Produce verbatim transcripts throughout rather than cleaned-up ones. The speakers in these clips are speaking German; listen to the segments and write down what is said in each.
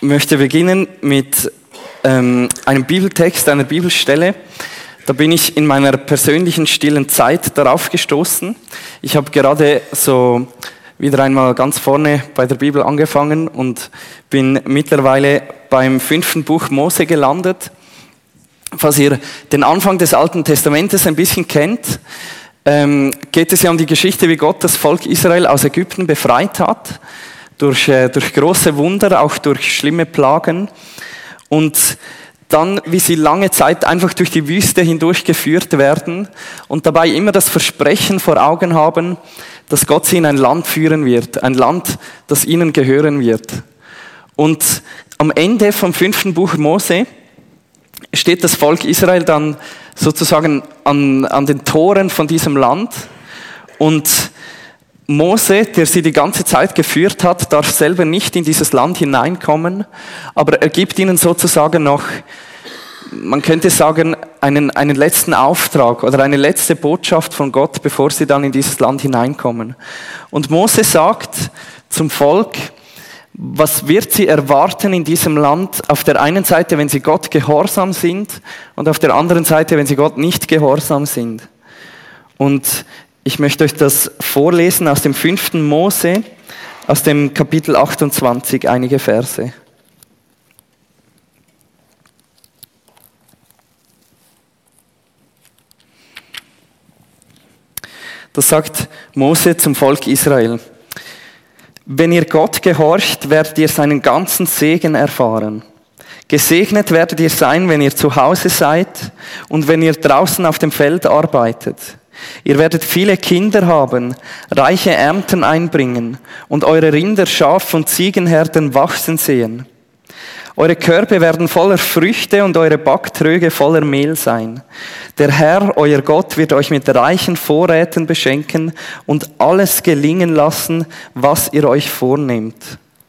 möchte beginnen mit ähm, einem Bibeltext, einer Bibelstelle. Da bin ich in meiner persönlichen stillen Zeit darauf gestoßen. Ich habe gerade so wieder einmal ganz vorne bei der Bibel angefangen und bin mittlerweile beim fünften Buch Mose gelandet. Falls ihr den Anfang des Alten Testamentes ein bisschen kennt, ähm, geht es ja um die Geschichte, wie Gott das Volk Israel aus Ägypten befreit hat. Durch, äh, durch große Wunder, auch durch schlimme Plagen. Und dann, wie sie lange Zeit einfach durch die Wüste hindurch geführt werden und dabei immer das Versprechen vor Augen haben, dass Gott sie in ein Land führen wird, ein Land, das ihnen gehören wird. Und am Ende vom fünften Buch Mose steht das Volk Israel dann sozusagen an, an den Toren von diesem Land und Mose, der sie die ganze Zeit geführt hat, darf selber nicht in dieses Land hineinkommen, aber er gibt ihnen sozusagen noch, man könnte sagen, einen, einen letzten Auftrag oder eine letzte Botschaft von Gott, bevor sie dann in dieses Land hineinkommen. Und Mose sagt zum Volk, was wird sie erwarten in diesem Land? Auf der einen Seite, wenn sie Gott gehorsam sind und auf der anderen Seite, wenn sie Gott nicht gehorsam sind. Und ich möchte euch das vorlesen aus dem fünften Mose, aus dem Kapitel achtundzwanzig, einige Verse. Das sagt Mose zum Volk Israel. Wenn ihr Gott gehorcht, werdet ihr seinen ganzen Segen erfahren. Gesegnet werdet ihr sein, wenn ihr zu Hause seid und wenn ihr draußen auf dem Feld arbeitet. Ihr werdet viele Kinder haben, reiche Ernten einbringen und eure Rinder, Schaf- und Ziegenherden wachsen sehen. Eure Körbe werden voller Früchte und eure Backtröge voller Mehl sein. Der Herr, euer Gott, wird euch mit reichen Vorräten beschenken und alles gelingen lassen, was ihr euch vornehmt.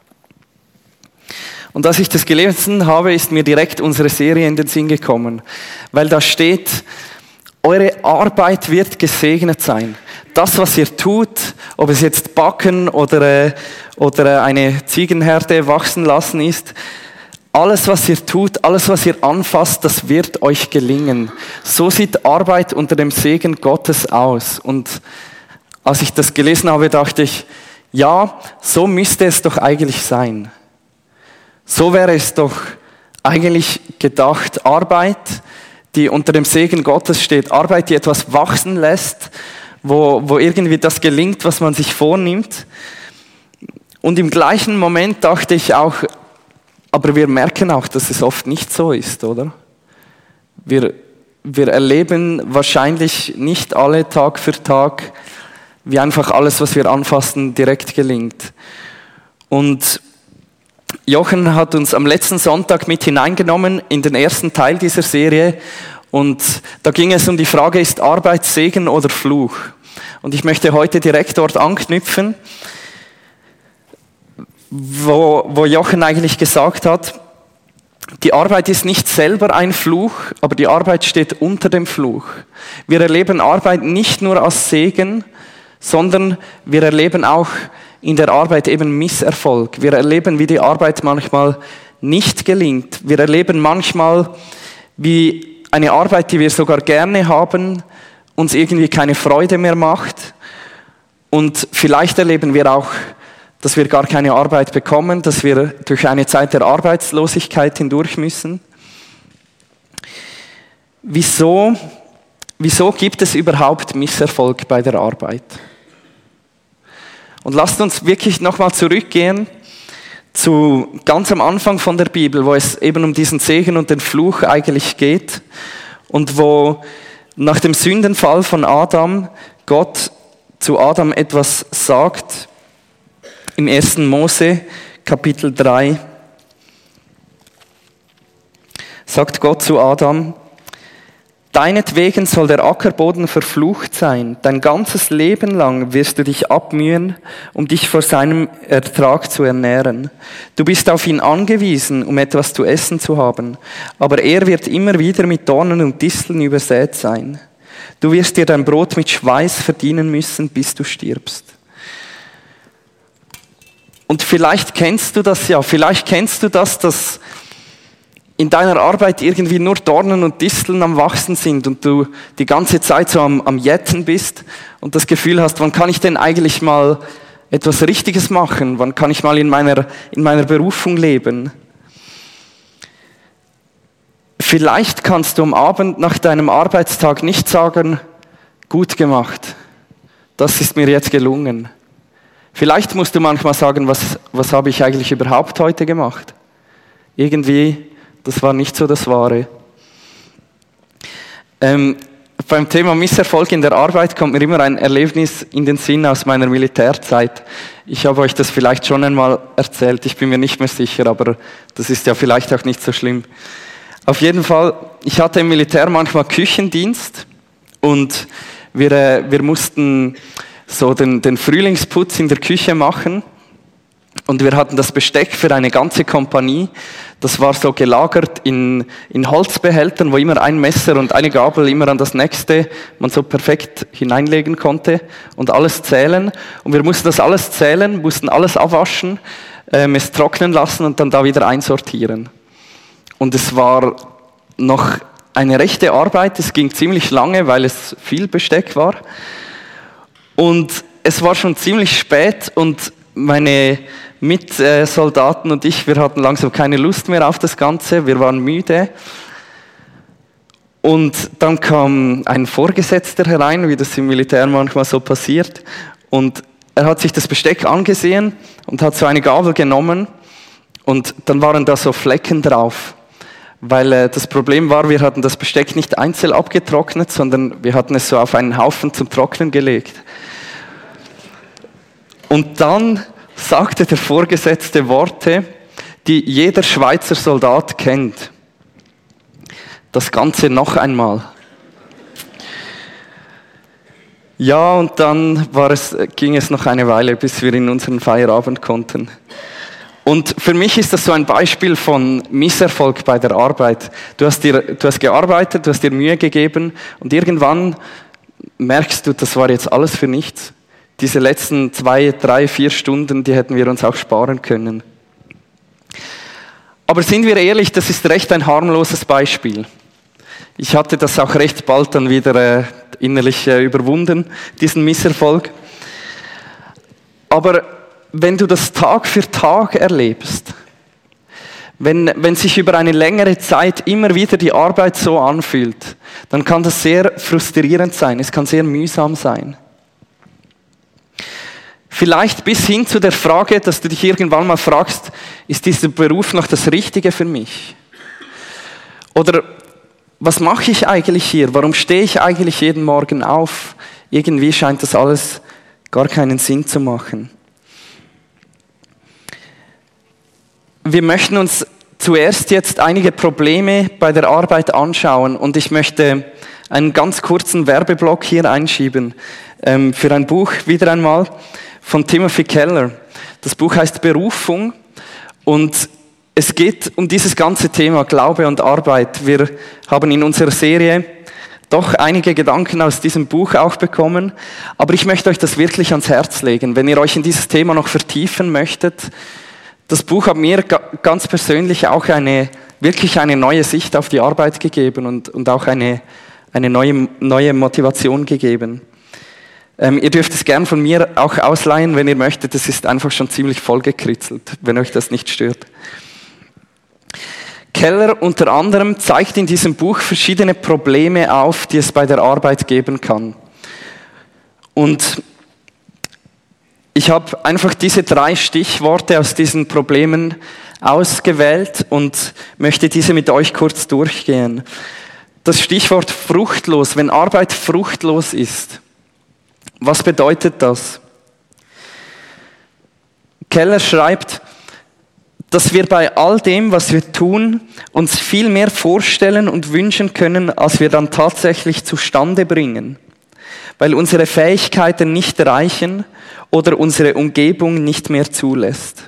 Und als ich das gelesen habe, ist mir direkt unsere Serie in den Sinn gekommen, weil da steht, eure Arbeit wird gesegnet sein. Das, was ihr tut, ob es jetzt backen oder, oder eine Ziegenherde wachsen lassen ist, alles, was ihr tut, alles, was ihr anfasst, das wird euch gelingen. So sieht Arbeit unter dem Segen Gottes aus. Und als ich das gelesen habe, dachte ich, ja, so müsste es doch eigentlich sein. So wäre es doch eigentlich gedacht. Arbeit, die unter dem Segen Gottes steht, Arbeit, die etwas wachsen lässt, wo, wo irgendwie das gelingt, was man sich vornimmt. Und im gleichen Moment dachte ich auch, aber wir merken auch, dass es oft nicht so ist, oder? Wir, wir erleben wahrscheinlich nicht alle Tag für Tag, wie einfach alles, was wir anfassen, direkt gelingt. Und Jochen hat uns am letzten Sonntag mit hineingenommen in den ersten Teil dieser Serie und da ging es um die Frage, ist Arbeit Segen oder Fluch? Und ich möchte heute direkt dort anknüpfen, wo, wo Jochen eigentlich gesagt hat, die Arbeit ist nicht selber ein Fluch, aber die Arbeit steht unter dem Fluch. Wir erleben Arbeit nicht nur als Segen, sondern wir erleben auch in der Arbeit eben Misserfolg. Wir erleben, wie die Arbeit manchmal nicht gelingt. Wir erleben manchmal, wie eine Arbeit, die wir sogar gerne haben, uns irgendwie keine Freude mehr macht. Und vielleicht erleben wir auch, dass wir gar keine Arbeit bekommen, dass wir durch eine Zeit der Arbeitslosigkeit hindurch müssen. Wieso, wieso gibt es überhaupt Misserfolg bei der Arbeit? Und lasst uns wirklich nochmal zurückgehen zu ganz am Anfang von der Bibel, wo es eben um diesen Segen und den Fluch eigentlich geht und wo nach dem Sündenfall von Adam Gott zu Adam etwas sagt. Im ersten Mose, Kapitel drei, sagt Gott zu Adam, deinetwegen soll der Ackerboden verflucht sein. Dein ganzes Leben lang wirst du dich abmühen, um dich vor seinem Ertrag zu ernähren. Du bist auf ihn angewiesen, um etwas zu essen zu haben, aber er wird immer wieder mit Dornen und Disteln übersät sein. Du wirst dir dein Brot mit Schweiß verdienen müssen, bis du stirbst. Und vielleicht kennst du das ja, vielleicht kennst du das, dass in deiner Arbeit irgendwie nur Dornen und Disteln am Wachsen sind und du die ganze Zeit so am, am Jetten bist und das Gefühl hast, wann kann ich denn eigentlich mal etwas Richtiges machen? Wann kann ich mal in meiner, in meiner Berufung leben? Vielleicht kannst du am Abend nach deinem Arbeitstag nicht sagen, gut gemacht, das ist mir jetzt gelungen. Vielleicht musst du manchmal sagen, was, was habe ich eigentlich überhaupt heute gemacht? Irgendwie, das war nicht so das Wahre. Ähm, beim Thema Misserfolg in der Arbeit kommt mir immer ein Erlebnis in den Sinn aus meiner Militärzeit. Ich habe euch das vielleicht schon einmal erzählt, ich bin mir nicht mehr sicher, aber das ist ja vielleicht auch nicht so schlimm. Auf jeden Fall, ich hatte im Militär manchmal Küchendienst und wir, äh, wir mussten so den, den Frühlingsputz in der Küche machen und wir hatten das Besteck für eine ganze Kompanie. Das war so gelagert in, in Holzbehältern, wo immer ein Messer und eine Gabel immer an das nächste man so perfekt hineinlegen konnte und alles zählen. Und wir mussten das alles zählen, mussten alles abwaschen, ähm, es trocknen lassen und dann da wieder einsortieren. Und es war noch eine rechte Arbeit, es ging ziemlich lange, weil es viel Besteck war. Und es war schon ziemlich spät und meine Mitsoldaten und ich, wir hatten langsam keine Lust mehr auf das Ganze, wir waren müde. Und dann kam ein Vorgesetzter herein, wie das im Militär manchmal so passiert. Und er hat sich das Besteck angesehen und hat so eine Gabel genommen und dann waren da so Flecken drauf. Weil äh, das Problem war, wir hatten das Besteck nicht einzeln abgetrocknet, sondern wir hatten es so auf einen Haufen zum Trocknen gelegt. Und dann sagte der Vorgesetzte Worte, die jeder Schweizer Soldat kennt. Das Ganze noch einmal. Ja, und dann war es, ging es noch eine Weile, bis wir in unseren Feierabend konnten. Und für mich ist das so ein Beispiel von Misserfolg bei der Arbeit. Du hast dir, du hast gearbeitet, du hast dir Mühe gegeben und irgendwann merkst du, das war jetzt alles für nichts. Diese letzten zwei, drei, vier Stunden, die hätten wir uns auch sparen können. Aber sind wir ehrlich, das ist recht ein harmloses Beispiel. Ich hatte das auch recht bald dann wieder äh, innerlich äh, überwunden, diesen Misserfolg. Aber wenn du das Tag für Tag erlebst, wenn, wenn sich über eine längere Zeit immer wieder die Arbeit so anfühlt, dann kann das sehr frustrierend sein, es kann sehr mühsam sein. Vielleicht bis hin zu der Frage, dass du dich irgendwann mal fragst, ist dieser Beruf noch das Richtige für mich? Oder was mache ich eigentlich hier? Warum stehe ich eigentlich jeden Morgen auf? Irgendwie scheint das alles gar keinen Sinn zu machen. Wir möchten uns zuerst jetzt einige Probleme bei der Arbeit anschauen und ich möchte einen ganz kurzen Werbeblock hier einschieben ähm, für ein Buch wieder einmal von Timothy Keller. Das Buch heißt Berufung und es geht um dieses ganze Thema Glaube und Arbeit. Wir haben in unserer Serie doch einige Gedanken aus diesem Buch auch bekommen, aber ich möchte euch das wirklich ans Herz legen, wenn ihr euch in dieses Thema noch vertiefen möchtet. Das Buch hat mir ganz persönlich auch eine, wirklich eine neue Sicht auf die Arbeit gegeben und, und auch eine, eine neue, neue Motivation gegeben. Ähm, ihr dürft es gern von mir auch ausleihen, wenn ihr möchtet. Es ist einfach schon ziemlich vollgekritzelt, wenn euch das nicht stört. Keller unter anderem zeigt in diesem Buch verschiedene Probleme auf, die es bei der Arbeit geben kann. Und ich habe einfach diese drei Stichworte aus diesen Problemen ausgewählt und möchte diese mit euch kurz durchgehen. Das Stichwort fruchtlos, wenn Arbeit fruchtlos ist. Was bedeutet das? Keller schreibt, dass wir bei all dem, was wir tun, uns viel mehr vorstellen und wünschen können, als wir dann tatsächlich zustande bringen, weil unsere Fähigkeiten nicht reichen oder unsere Umgebung nicht mehr zulässt.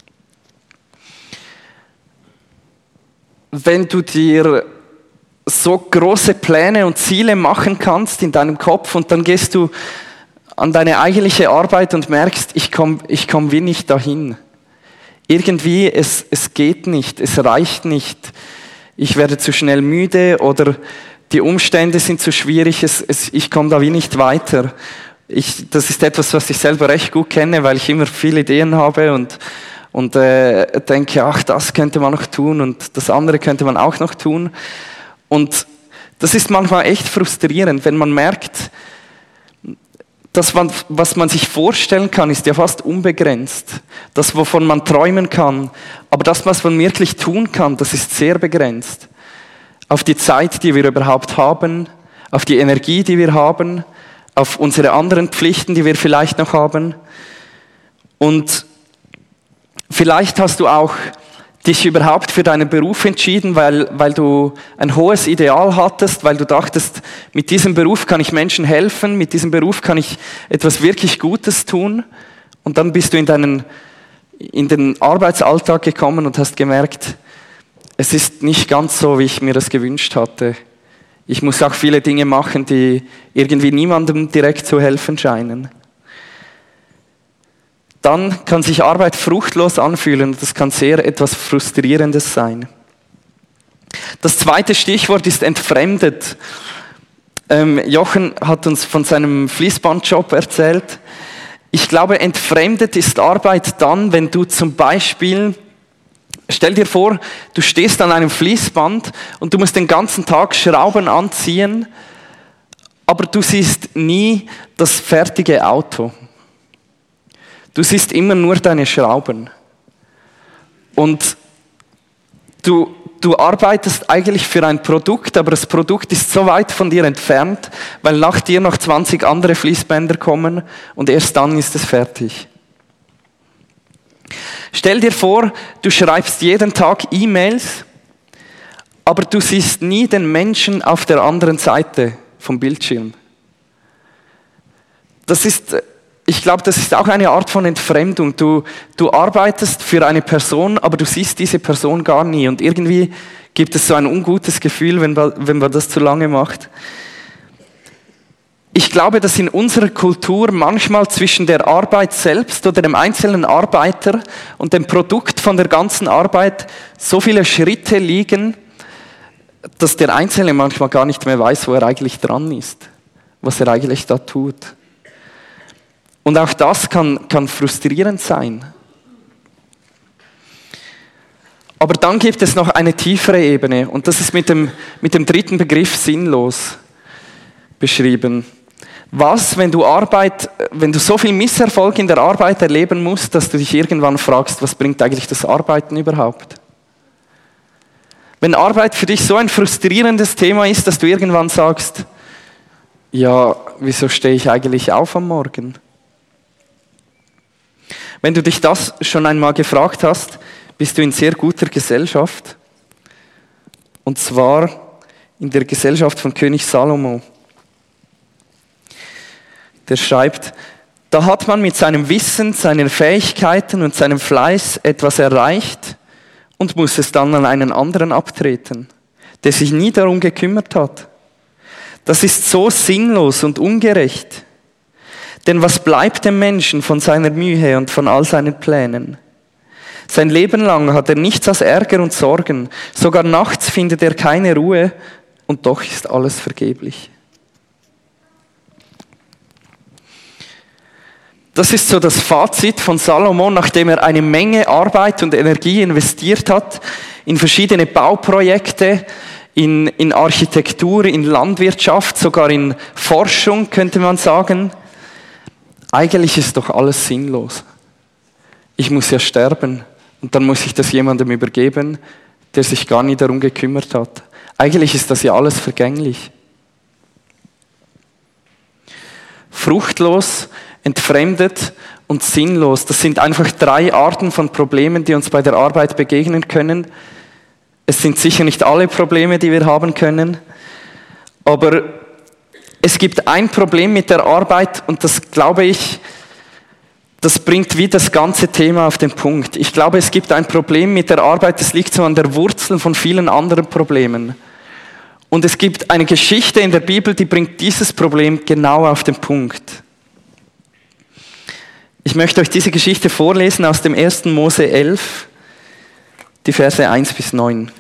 Wenn du dir so große Pläne und Ziele machen kannst in deinem Kopf und dann gehst du an deine eigentliche Arbeit und merkst, ich komme ich komm wie nicht dahin. Irgendwie, es, es geht nicht, es reicht nicht. Ich werde zu schnell müde oder die Umstände sind zu schwierig, es, es, ich komme da wie nicht weiter. Ich, das ist etwas, was ich selber recht gut kenne, weil ich immer viele Ideen habe und, und äh, denke, ach, das könnte man noch tun und das andere könnte man auch noch tun. Und das ist manchmal echt frustrierend, wenn man merkt, dass man, was man sich vorstellen kann, ist ja fast unbegrenzt. Das, wovon man träumen kann. Aber das, was man wirklich tun kann, das ist sehr begrenzt. Auf die Zeit, die wir überhaupt haben, auf die Energie, die wir haben, auf unsere anderen Pflichten, die wir vielleicht noch haben. Und vielleicht hast du auch dich überhaupt für deinen Beruf entschieden, weil, weil du ein hohes Ideal hattest, weil du dachtest, mit diesem Beruf kann ich Menschen helfen, mit diesem Beruf kann ich etwas wirklich Gutes tun. Und dann bist du in deinen, in den Arbeitsalltag gekommen und hast gemerkt, es ist nicht ganz so, wie ich mir das gewünscht hatte. Ich muss auch viele Dinge machen, die irgendwie niemandem direkt zu helfen scheinen. Dann kann sich Arbeit fruchtlos anfühlen und das kann sehr etwas Frustrierendes sein. Das zweite Stichwort ist entfremdet. Ähm, Jochen hat uns von seinem Fließbandjob erzählt. Ich glaube, entfremdet ist Arbeit dann, wenn du zum Beispiel, stell dir vor, du stehst an einem Fließband und du musst den ganzen Tag Schrauben anziehen, aber du siehst nie das fertige Auto. Du siehst immer nur deine Schrauben. Und du, du arbeitest eigentlich für ein Produkt, aber das Produkt ist so weit von dir entfernt, weil nach dir noch zwanzig andere Fließbänder kommen und erst dann ist es fertig. Stell dir vor, du schreibst jeden Tag E-Mails, aber du siehst nie den Menschen auf der anderen Seite vom Bildschirm. Das ist... Ich glaube, das ist auch eine Art von Entfremdung. Du, du arbeitest für eine Person, aber du siehst diese Person gar nie. Und irgendwie gibt es so ein ungutes Gefühl, wenn man, wenn man das zu lange macht. Ich glaube, dass in unserer Kultur manchmal zwischen der Arbeit selbst oder dem einzelnen Arbeiter und dem Produkt von der ganzen Arbeit so viele Schritte liegen, dass der Einzelne manchmal gar nicht mehr weiß, wo er eigentlich dran ist, was er eigentlich da tut. Und auch das kann, kann frustrierend sein. Aber dann gibt es noch eine tiefere Ebene und das ist mit dem, mit dem dritten Begriff sinnlos beschrieben. Was, wenn du Arbeit, wenn du so viel Misserfolg in der Arbeit erleben musst, dass du dich irgendwann fragst, was bringt eigentlich das Arbeiten überhaupt? Wenn Arbeit für dich so ein frustrierendes Thema ist, dass du irgendwann sagst, ja, wieso stehe ich eigentlich auf am Morgen? Wenn du dich das schon einmal gefragt hast, bist du in sehr guter Gesellschaft. Und zwar in der Gesellschaft von König Salomo. Der schreibt, da hat man mit seinem Wissen, seinen Fähigkeiten und seinem Fleiß etwas erreicht und muss es dann an einen anderen abtreten, der sich nie darum gekümmert hat. Das ist so sinnlos und ungerecht. Denn was bleibt dem Menschen von seiner Mühe und von all seinen Plänen? Sein Leben lang hat er nichts als Ärger und Sorgen. Sogar nachts findet er keine Ruhe und doch ist alles vergeblich. Das ist so das Fazit von Salomo, nachdem er eine Menge Arbeit und Energie investiert hat in verschiedene Bauprojekte, in, in Architektur, in Landwirtschaft, sogar in Forschung, könnte man sagen. Eigentlich ist doch alles sinnlos. Ich muss ja sterben und dann muss ich das jemandem übergeben, der sich gar nie darum gekümmert hat. Eigentlich ist das ja alles vergänglich. Fruchtlos, entfremdet und sinnlos, das sind einfach drei Arten von Problemen, die uns bei der Arbeit begegnen können. Es sind sicher nicht alle Probleme, die wir haben können, aber es gibt ein Problem mit der Arbeit und das glaube ich, das bringt wie das ganze Thema auf den Punkt. Ich glaube, es gibt ein Problem mit der Arbeit, das liegt so an der Wurzel von vielen anderen Problemen. Und es gibt eine Geschichte in der Bibel, die bringt dieses Problem genau auf den Punkt. Ich möchte euch diese Geschichte vorlesen aus dem ersten Mose elf, die Verse eins bis neun.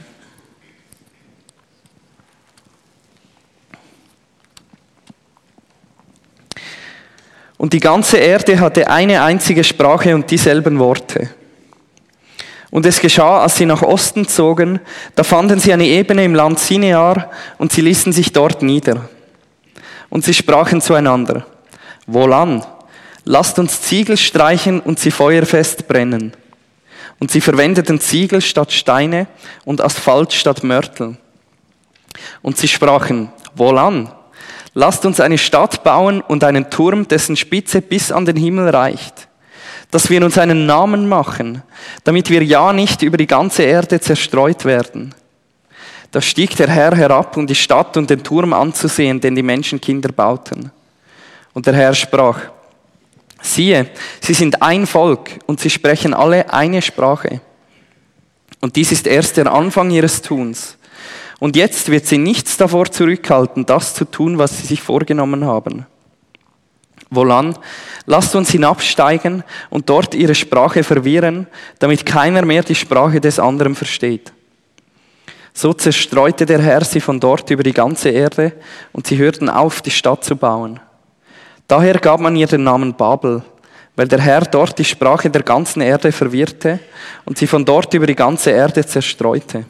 Und die ganze Erde hatte eine einzige Sprache und dieselben Worte. Und es geschah, als sie nach Osten zogen, da fanden sie eine Ebene im Land Sinear und sie ließen sich dort nieder. Und sie sprachen zueinander: Wohlan, lasst uns Ziegel streichen und sie feuerfest brennen. Und sie verwendeten Ziegel statt Steine und Asphalt statt Mörtel. Und sie sprachen: Wohlan, lasst uns eine Stadt bauen und einen Turm, dessen Spitze bis an den Himmel reicht, dass wir uns einen Namen machen, damit wir ja nicht über die ganze Erde zerstreut werden. Da stieg der Herr herab, um die Stadt und den Turm anzusehen, den die Menschenkinder bauten. Und der Herr sprach: Siehe, sie sind ein Volk und sie sprechen alle eine Sprache. Und dies ist erst der Anfang ihres Tuns. Und jetzt wird sie nichts davor zurückhalten, das zu tun, was sie sich vorgenommen haben. Wohlan, lasst uns hinabsteigen und dort ihre Sprache verwirren, damit keiner mehr die Sprache des anderen versteht. So zerstreute der Herr sie von dort über die ganze Erde und sie hörten auf, die Stadt zu bauen. Daher gab man ihr den Namen Babel, weil der Herr dort die Sprache der ganzen Erde verwirrte und sie von dort über die ganze Erde zerstreute.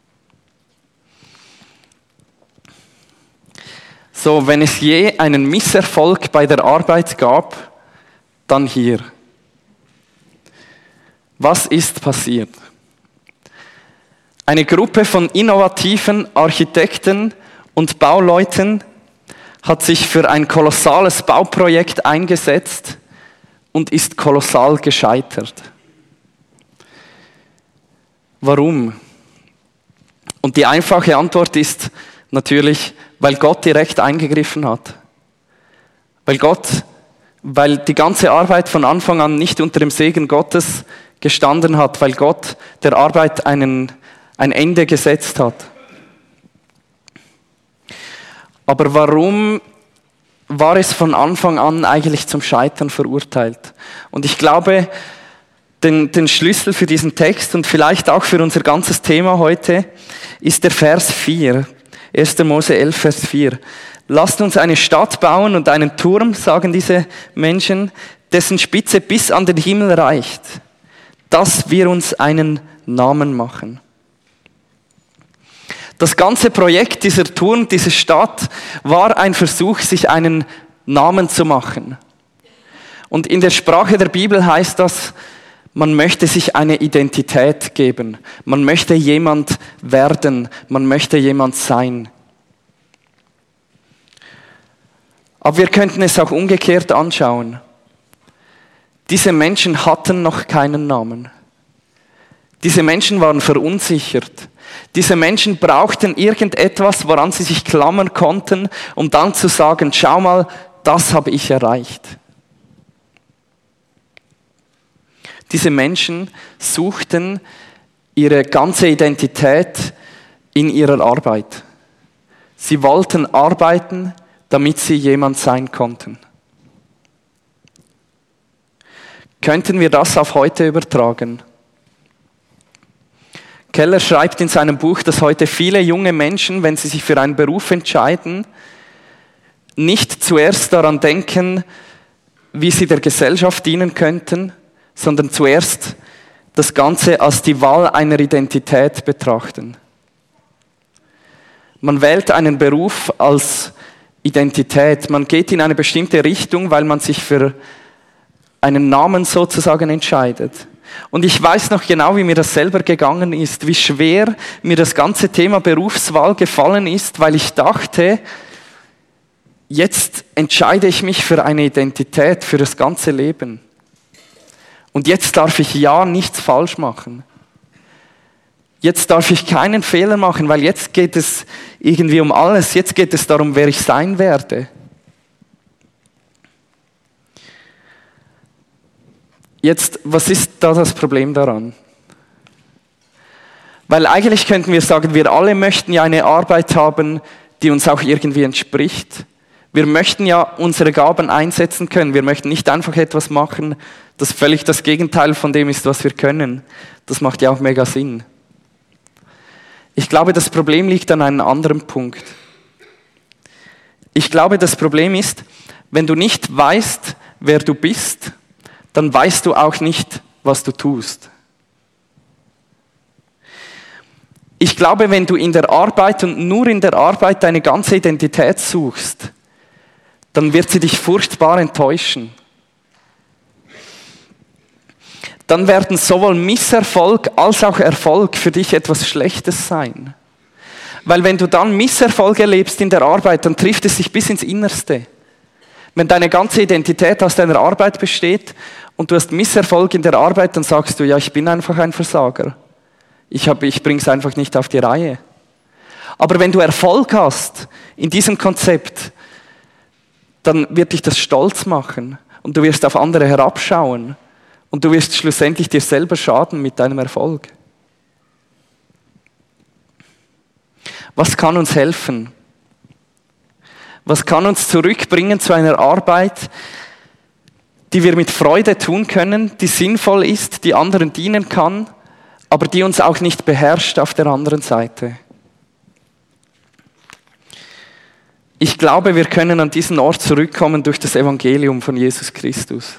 So, wenn es je einen Misserfolg bei der Arbeit gab, dann hier. Was ist passiert? Eine Gruppe von innovativen Architekten und Bauleuten hat sich für ein kolossales Bauprojekt eingesetzt und ist kolossal gescheitert. Warum? Und die einfache Antwort ist natürlich, weil Gott direkt eingegriffen hat. Weil Gott, weil die ganze Arbeit von Anfang an nicht unter dem Segen Gottes gestanden hat, weil Gott der Arbeit einen, ein Ende gesetzt hat. Aber warum war es von Anfang an eigentlich zum Scheitern verurteilt? Und ich glaube, den, den Schlüssel für diesen Text und vielleicht auch für unser ganzes Thema heute ist der Vers vier. erster Mose elf, Vers vier. Lasst uns eine Stadt bauen und einen Turm, sagen diese Menschen, dessen Spitze bis an den Himmel reicht, dass wir uns einen Namen machen. Das ganze Projekt, dieser Turm, diese Stadt, war ein Versuch, sich einen Namen zu machen. Und in der Sprache der Bibel heißt das, man möchte sich eine Identität geben. Man möchte jemand werden. Man möchte jemand sein. Aber wir könnten es auch umgekehrt anschauen. Diese Menschen hatten noch keinen Namen. Diese Menschen waren verunsichert. Diese Menschen brauchten irgendetwas, woran sie sich klammern konnten, um dann zu sagen, schau mal, das habe ich erreicht. Diese Menschen suchten ihre ganze Identität in ihrer Arbeit. Sie wollten arbeiten, damit sie jemand sein konnten. Könnten wir das auf heute übertragen? Keller schreibt in seinem Buch, dass heute viele junge Menschen, wenn sie sich für einen Beruf entscheiden, nicht zuerst daran denken, wie sie der Gesellschaft dienen könnten, sondern zuerst das Ganze als die Wahl einer Identität betrachten. Man wählt einen Beruf als Identität. Man geht in eine bestimmte Richtung, weil man sich für einen Namen sozusagen entscheidet. Und ich weiß noch genau, wie mir das selber gegangen ist, wie schwer mir das ganze Thema Berufswahl gefallen ist, weil ich dachte, jetzt entscheide ich mich für eine Identität, für das ganze Leben. Und jetzt darf ich ja nichts falsch machen. Jetzt darf ich keinen Fehler machen, weil jetzt geht es irgendwie um alles. Jetzt geht es darum, wer ich sein werde. Jetzt, was ist da das Problem daran? Weil eigentlich könnten wir sagen, wir alle möchten ja eine Arbeit haben, die uns auch irgendwie entspricht. Wir möchten ja unsere Gaben einsetzen können. Wir möchten nicht einfach etwas machen, das völlig das Gegenteil von dem ist, was wir können. Das macht ja auch mega Sinn. Ich glaube, das Problem liegt an einem anderen Punkt. Ich glaube, das Problem ist, wenn du nicht weißt, wer du bist, dann weißt du auch nicht, was du tust. Ich glaube, wenn du in der Arbeit und nur in der Arbeit deine ganze Identität suchst, dann wird sie dich furchtbar enttäuschen. Dann werden sowohl Misserfolg als auch Erfolg für dich etwas Schlechtes sein. Weil wenn du dann Misserfolg erlebst in der Arbeit, dann trifft es dich bis ins Innerste. Wenn deine ganze Identität aus deiner Arbeit besteht und du hast Misserfolg in der Arbeit, dann sagst du, ja, ich bin einfach ein Versager. Ich, hab, ich bring's einfach nicht auf die Reihe. Aber wenn du Erfolg hast in diesem Konzept, dann wird dich das stolz machen und du wirst auf andere herabschauen und du wirst schlussendlich dir selber schaden mit deinem Erfolg. Was kann uns helfen? Was kann uns zurückbringen zu einer Arbeit, die wir mit Freude tun können, die sinnvoll ist, die anderen dienen kann, aber die uns auch nicht beherrscht auf der anderen Seite? Ich glaube, wir können an diesen Ort zurückkommen durch das Evangelium von Jesus Christus.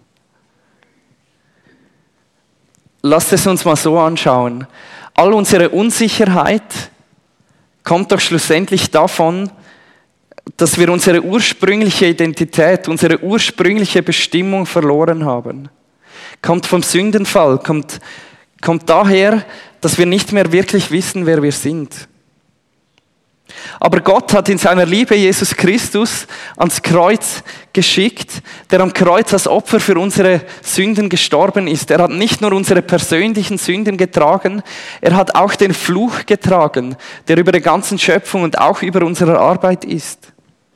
Lasst es uns mal so anschauen. All unsere Unsicherheit kommt doch schlussendlich davon, dass wir unsere ursprüngliche Identität, unsere ursprüngliche Bestimmung verloren haben. Kommt vom Sündenfall, kommt, kommt daher, dass wir nicht mehr wirklich wissen, wer wir sind. Aber Gott hat in seiner Liebe Jesus Christus ans Kreuz geschickt, der am Kreuz als Opfer für unsere Sünden gestorben ist. Er hat nicht nur unsere persönlichen Sünden getragen, er hat auch den Fluch getragen, der über der ganzen Schöpfung und auch über unsere Arbeit ist.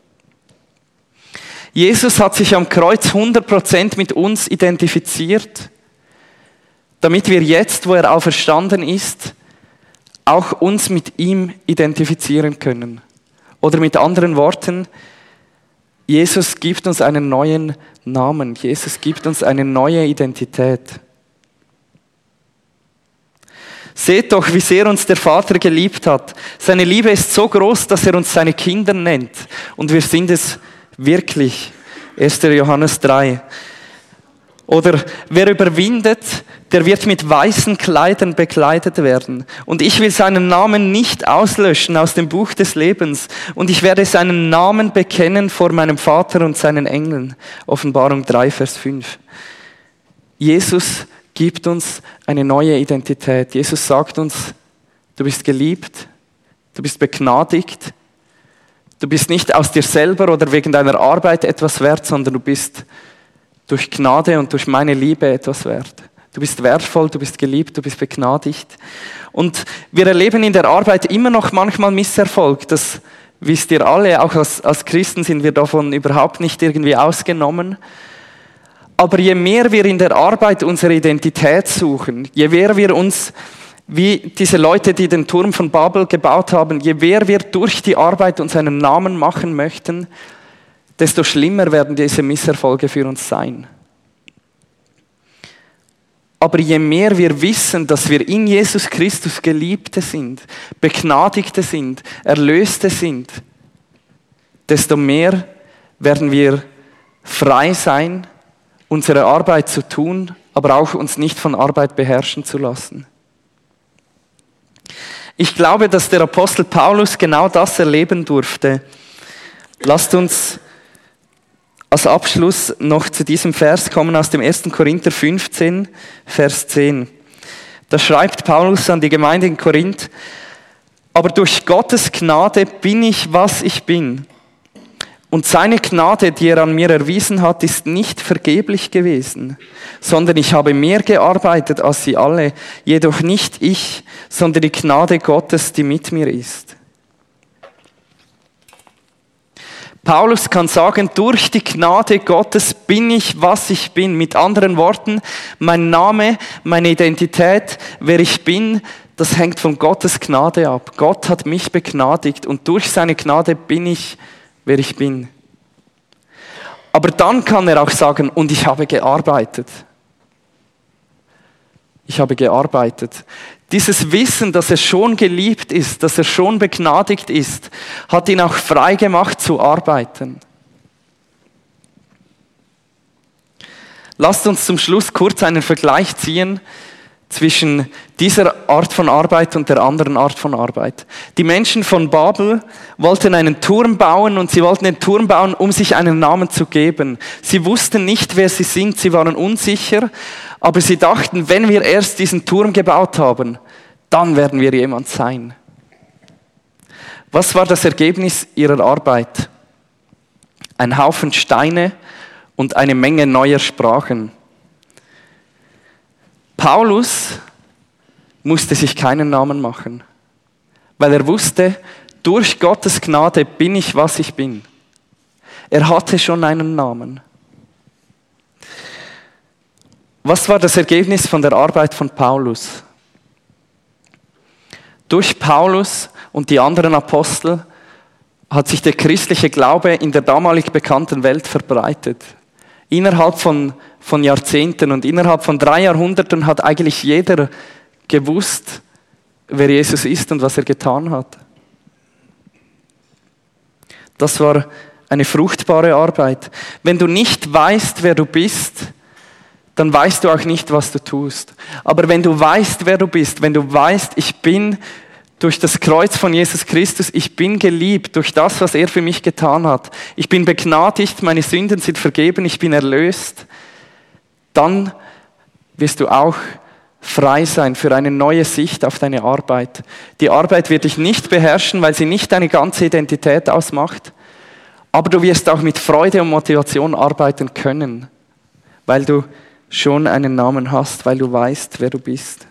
Jesus hat sich am Kreuz hundert Prozent mit uns identifiziert, damit wir jetzt, wo er auferstanden ist, auch uns mit ihm identifizieren können. Oder mit anderen Worten, Jesus gibt uns einen neuen Namen. Jesus gibt uns eine neue Identität. Seht doch, wie sehr uns der Vater geliebt hat. Seine Liebe ist so groß, dass er uns seine Kinder nennt. Und wir sind es wirklich. erster Johannes drei. Oder wer überwindet, der wird mit weißen Kleidern bekleidet werden. Und ich will seinen Namen nicht auslöschen aus dem Buch des Lebens. Und ich werde seinen Namen bekennen vor meinem Vater und seinen Engeln. Offenbarung drei, Vers fünf. Jesus gibt uns eine neue Identität. Jesus sagt uns, du bist geliebt, du bist begnadigt, du bist nicht aus dir selber oder wegen deiner Arbeit etwas wert, sondern du bist durch Gnade und durch meine Liebe etwas wert. Du bist wertvoll, du bist geliebt, du bist begnadigt. Und wir erleben in der Arbeit immer noch manchmal Misserfolg. Das wisst ihr alle, auch als, als Christen sind wir davon überhaupt nicht irgendwie ausgenommen. Aber je mehr wir in der Arbeit unsere Identität suchen, je mehr wir uns, wie diese Leute, die den Turm von Babel gebaut haben, je mehr wir durch die Arbeit uns einen Namen machen möchten, desto schlimmer werden diese Misserfolge für uns sein. Aber je mehr wir wissen, dass wir in Jesus Christus Geliebte sind, Begnadigte sind, Erlöste sind, desto mehr werden wir frei sein, unsere Arbeit zu tun, aber auch uns nicht von Arbeit beherrschen zu lassen. Ich glaube, dass der Apostel Paulus genau das erleben durfte. Lasst uns als Abschluss noch zu diesem Vers kommen aus dem ersten Korinther fünfzehn, Vers zehn. Da schreibt Paulus an die Gemeinde in Korinth: Aber durch Gottes Gnade bin ich, was ich bin. Und seine Gnade, die er an mir erwiesen hat, ist nicht vergeblich gewesen, sondern ich habe mehr gearbeitet als sie alle, jedoch nicht ich, sondern die Gnade Gottes, die mit mir ist. Paulus kann sagen, durch die Gnade Gottes bin ich, was ich bin. Mit anderen Worten, mein Name, meine Identität, wer ich bin, das hängt von Gottes Gnade ab. Gott hat mich begnadigt und durch seine Gnade bin ich, wer ich bin. Aber dann kann er auch sagen, und ich habe gearbeitet. Ich habe gearbeitet. Dieses Wissen, dass er schon geliebt ist, dass er schon begnadigt ist, hat ihn auch frei gemacht zu arbeiten. Lasst uns zum Schluss kurz einen Vergleich ziehen zwischen dieser Art von Arbeit und der anderen Art von Arbeit. Die Menschen von Babel wollten einen Turm bauen und sie wollten den Turm bauen, um sich einen Namen zu geben. Sie wussten nicht, wer sie sind, sie waren unsicher, aber sie dachten, wenn wir erst diesen Turm gebaut haben, dann werden wir jemand sein. Was war das Ergebnis ihrer Arbeit? Ein Haufen Steine und eine Menge neuer Sprachen. Paulus musste sich keinen Namen machen, weil er wusste, durch Gottes Gnade bin ich, was ich bin. Er hatte schon einen Namen. Was war das Ergebnis von der Arbeit von Paulus? Durch Paulus und die anderen Apostel hat sich der christliche Glaube in der damalig bekannten Welt verbreitet. Innerhalb von, von Jahrzehnten und innerhalb von drei Jahrhunderten hat eigentlich jeder gewusst, wer Jesus ist und was er getan hat. Das war eine fruchtbare Arbeit. Wenn du nicht weißt, wer du bist, dann weißt du auch nicht, was du tust. Aber wenn du weißt, wer du bist, wenn du weißt, ich bin durch das Kreuz von Jesus Christus, ich bin geliebt durch das, was er für mich getan hat. Ich bin begnadigt, meine Sünden sind vergeben, ich bin erlöst. Dann wirst du auch frei sein für eine neue Sicht auf deine Arbeit. Die Arbeit wird dich nicht beherrschen, weil sie nicht deine ganze Identität ausmacht. Aber du wirst auch mit Freude und Motivation arbeiten können, weil du schon einen Namen hast, weil du weißt, wer du bist.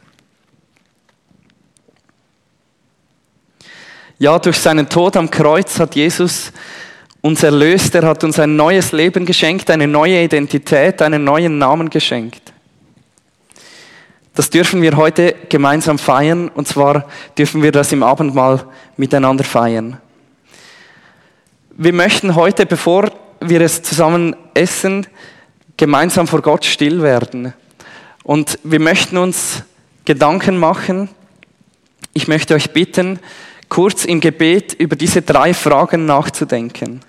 Ja, durch seinen Tod am Kreuz hat Jesus uns erlöst, er hat uns ein neues Leben geschenkt, eine neue Identität, einen neuen Namen geschenkt. Das dürfen wir heute gemeinsam feiern, und zwar dürfen wir das im Abendmahl miteinander feiern. Wir möchten heute, bevor wir es zusammen essen, gemeinsam vor Gott still werden. Und wir möchten uns Gedanken machen. Ich möchte euch bitten, kurz im Gebet über diese drei Fragen nachzudenken.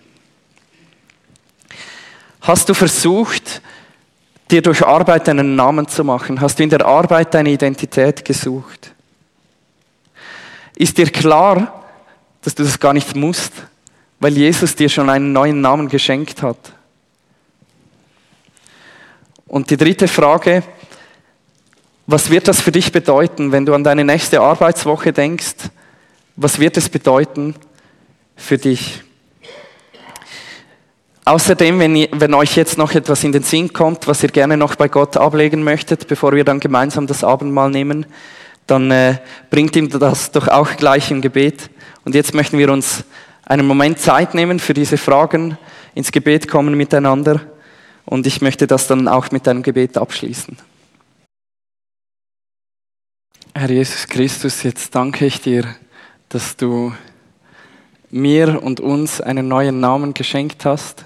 Hast du versucht, dir durch Arbeit einen Namen zu machen? Hast du in der Arbeit deine Identität gesucht? Ist dir klar, dass du das gar nicht musst, weil Jesus dir schon einen neuen Namen geschenkt hat? Und die dritte Frage: Was wird das für dich bedeuten, wenn du an deine nächste Arbeitswoche denkst? Was wird es bedeuten für dich? Außerdem, wenn, ihr, wenn euch jetzt noch etwas in den Sinn kommt, was ihr gerne noch bei Gott ablegen möchtet, bevor wir dann gemeinsam das Abendmahl nehmen, dann äh, bringt ihm das doch auch gleich im Gebet. Und jetzt möchten wir uns einen Moment Zeit nehmen für diese Fragen, ins Gebet kommen miteinander. Und ich möchte das dann auch mit einem Gebet abschließen. Herr Jesus Christus, jetzt danke ich dir, dass du mir und uns einen neuen Namen geschenkt hast.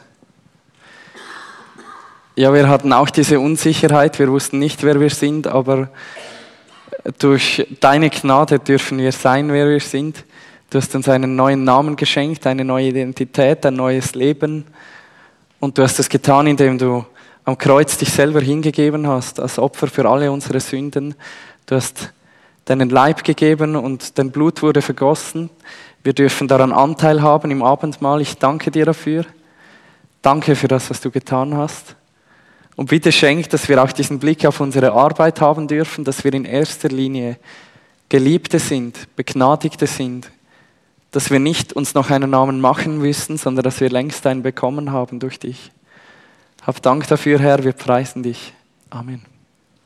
Ja, wir hatten auch diese Unsicherheit, wir wussten nicht, wer wir sind, aber durch deine Gnade dürfen wir sein, wer wir sind. Du hast uns einen neuen Namen geschenkt, eine neue Identität, ein neues Leben. Und du hast es getan, indem du am Kreuz dich selber hingegeben hast, als Opfer für alle unsere Sünden. Du hast deinen Leib gegeben und dein Blut wurde vergossen. Wir dürfen daran Anteil haben im Abendmahl. Ich danke dir dafür. Danke für das, was du getan hast. Und bitte schenk, dass wir auch diesen Blick auf unsere Arbeit haben dürfen, dass wir in erster Linie Geliebte sind, Begnadigte sind, dass wir nicht uns noch einen Namen machen müssen, sondern dass wir längst einen bekommen haben durch dich. Hab Dank dafür, Herr, wir preisen dich. Amen.